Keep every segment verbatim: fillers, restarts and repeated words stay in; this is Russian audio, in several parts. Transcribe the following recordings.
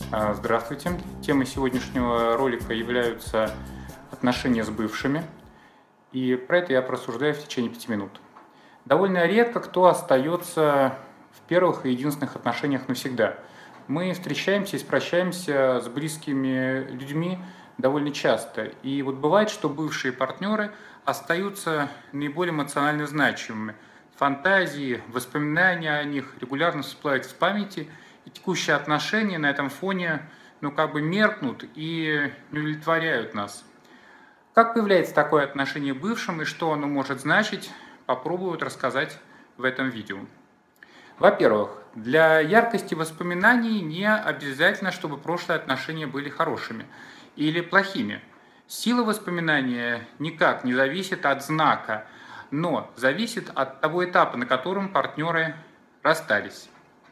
А, Здравствуйте. Темой сегодняшнего ролика являются отношения с бывшими. И про это я просуждаю в течение пяти минут. Довольно редко кто остается в первых и единственных отношениях навсегда. Мы встречаемся и прощаемся с близкими людьми довольно часто. И вот бывает, что бывшие партнеры остаются наиболее эмоционально значимыми. Фантазии, воспоминания о них регулярно всплывают в памяти, и текущие отношения на этом фоне ну, как бы меркнут и не удовлетворяют нас. Как появляется такое отношение к бывшим и что оно может значить, попробую рассказать в этом видео. Во-первых, для яркости воспоминаний не обязательно, чтобы прошлые отношения были хорошими или плохими. Сила воспоминания никак не зависит от знака, но зависит от того этапа, на котором партнеры расстались.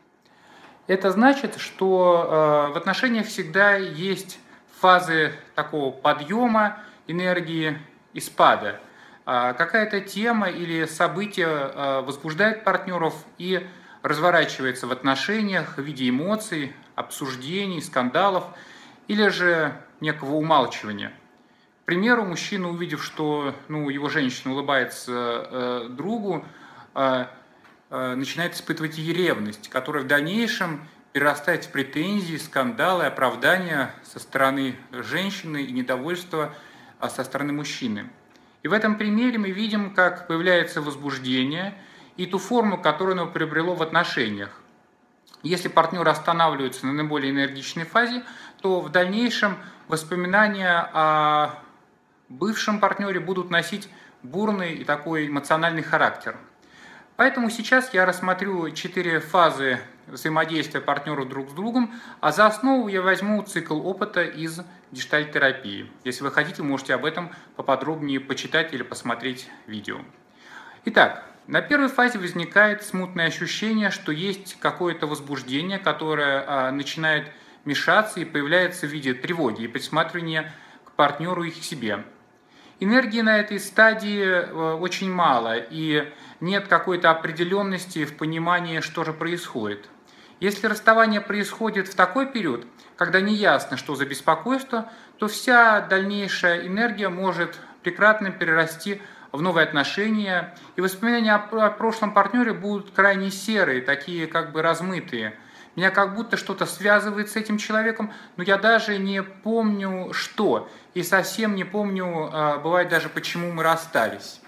Это значит, что э, в отношениях всегда есть фазы такого подъема энергии и спада. Э, какая-то тема или событие э, возбуждает партнеров и разворачивается в отношениях в виде эмоций, обсуждений, скандалов или же некого умалчивания. К примеру, мужчина, увидев, что ну, его женщина улыбается э, другу, э, начинает испытывать ей ревность, которая в дальнейшем перерастает в претензии, скандалы, оправдания со стороны женщины и недовольство со стороны мужчины. И в этом примере мы видим, как появляется возбуждение и ту форму, которую оно приобрело в отношениях. Если партнеры останавливаются на наиболее энергичной фазе, то в дальнейшем воспоминания о бывшем партнере будут носить бурный и такой эмоциональный характер. Поэтому сейчас я рассмотрю четыре фазы взаимодействия партнеров друг с другом, а за основу я возьму цикл опыта из гештальт-терапии. Если вы хотите, можете об этом поподробнее почитать или посмотреть видео. Итак, на первой фазе возникает смутное ощущение, что есть какое-то возбуждение, которое а, начинает мешаться и появляется в виде тревоги и присматривания к партнеру и к себе. Энергии на этой стадии очень мало, и нет какой-то определенности в понимании, что же происходит. Если расставание происходит в такой период, когда не ясно, что за беспокойство, то вся дальнейшая энергия может прекратно перерасти в новые отношения, и воспоминания о прошлом партнере будут крайне серые, такие как бы размытые. Меня как будто что-то связывает с этим человеком, но я даже не помню, что. И совсем не помню, бывает даже, почему мы расстались.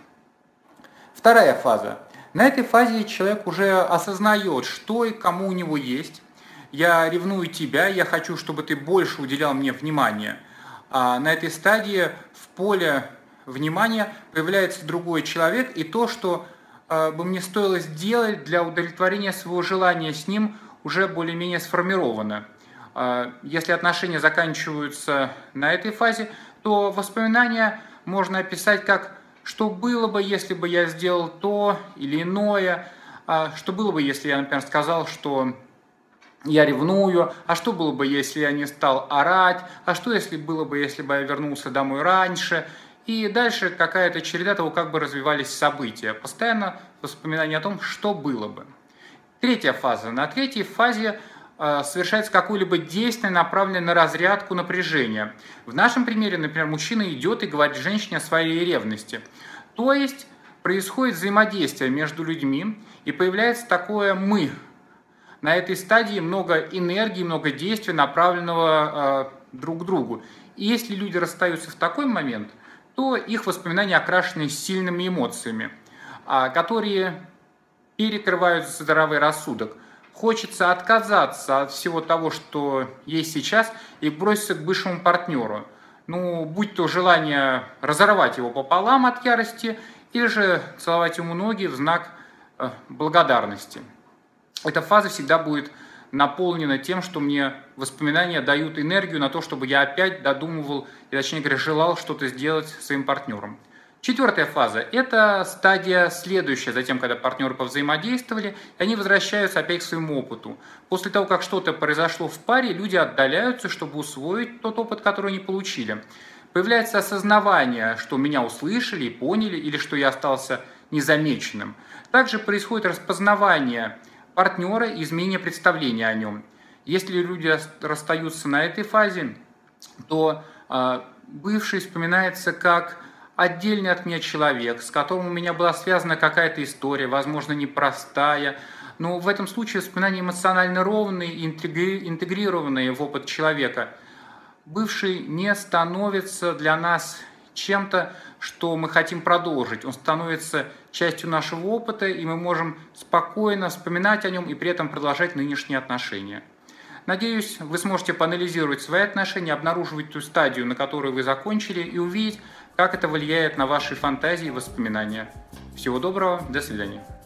Вторая фаза. На этой фазе человек уже осознает, что и кому у него есть. Я ревную тебя, я хочу, чтобы ты больше уделял мне внимания. А на этой стадии в поле внимания появляется другой человек, и то, что бы мне стоило сделать для удовлетворения своего желания с ним, уже более-менее сформировано. Если отношения заканчиваются на этой фазе, то воспоминания можно описать как «что было бы, если бы я сделал то или иное», «что было бы, если я, например, сказал, что я ревную», «а что было бы, если я не стал орать», «а что если было бы, если бы я вернулся домой раньше». И дальше какая-то череда того, как бы развивались события. Постоянно воспоминания о том, что было бы. Третья фаза. На третьей фазе э, совершается какое-либо действие, направленное на разрядку напряжения. В нашем примере, например, мужчина идет и говорит женщине о своей ревности. То есть происходит взаимодействие между людьми и появляется такое «мы». На этой стадии много энергии, много действий, направленного э, друг к другу. И если люди расстаются в такой момент, то их воспоминания окрашены сильными эмоциями, э, которые перекрывают здравый рассудок. Хочется отказаться от всего того, что есть сейчас, и броситься к бывшему партнеру. Ну, будь то желание разорвать его пополам от ярости, или же целовать ему ноги в знак э, благодарности. Эта фаза всегда будет наполнена тем, что мне воспоминания дают энергию на то, чтобы я опять додумывал, и, точнее говоря, желал что-то сделать своим партнером. Четвертая фаза – это стадия следующая, затем, когда партнеры повзаимодействовали, и они возвращаются опять к своему опыту. После того, как что-то произошло в паре, люди отдаляются, чтобы усвоить тот опыт, который они получили. Появляется осознавание, что меня услышали и поняли, или что я остался незамеченным. Также происходит распознавание партнера и изменение представления о нем. Если люди расстаются на этой фазе, то э, бывший вспоминается как отдельный от меня человек, с которым у меня была связана какая-то история, возможно, непростая, но в этом случае воспоминания эмоционально ровные, интегрированные в опыт человека. Бывший не становится для нас чем-то, что мы хотим продолжить. Он становится частью нашего опыта, и мы можем спокойно вспоминать о нем и при этом продолжать нынешние отношения. Надеюсь, вы сможете поанализировать свои отношения, обнаруживать ту стадию, на которой вы закончили, и увидеть, как это влияет на ваши фантазии и воспоминания. Всего доброго, до свидания.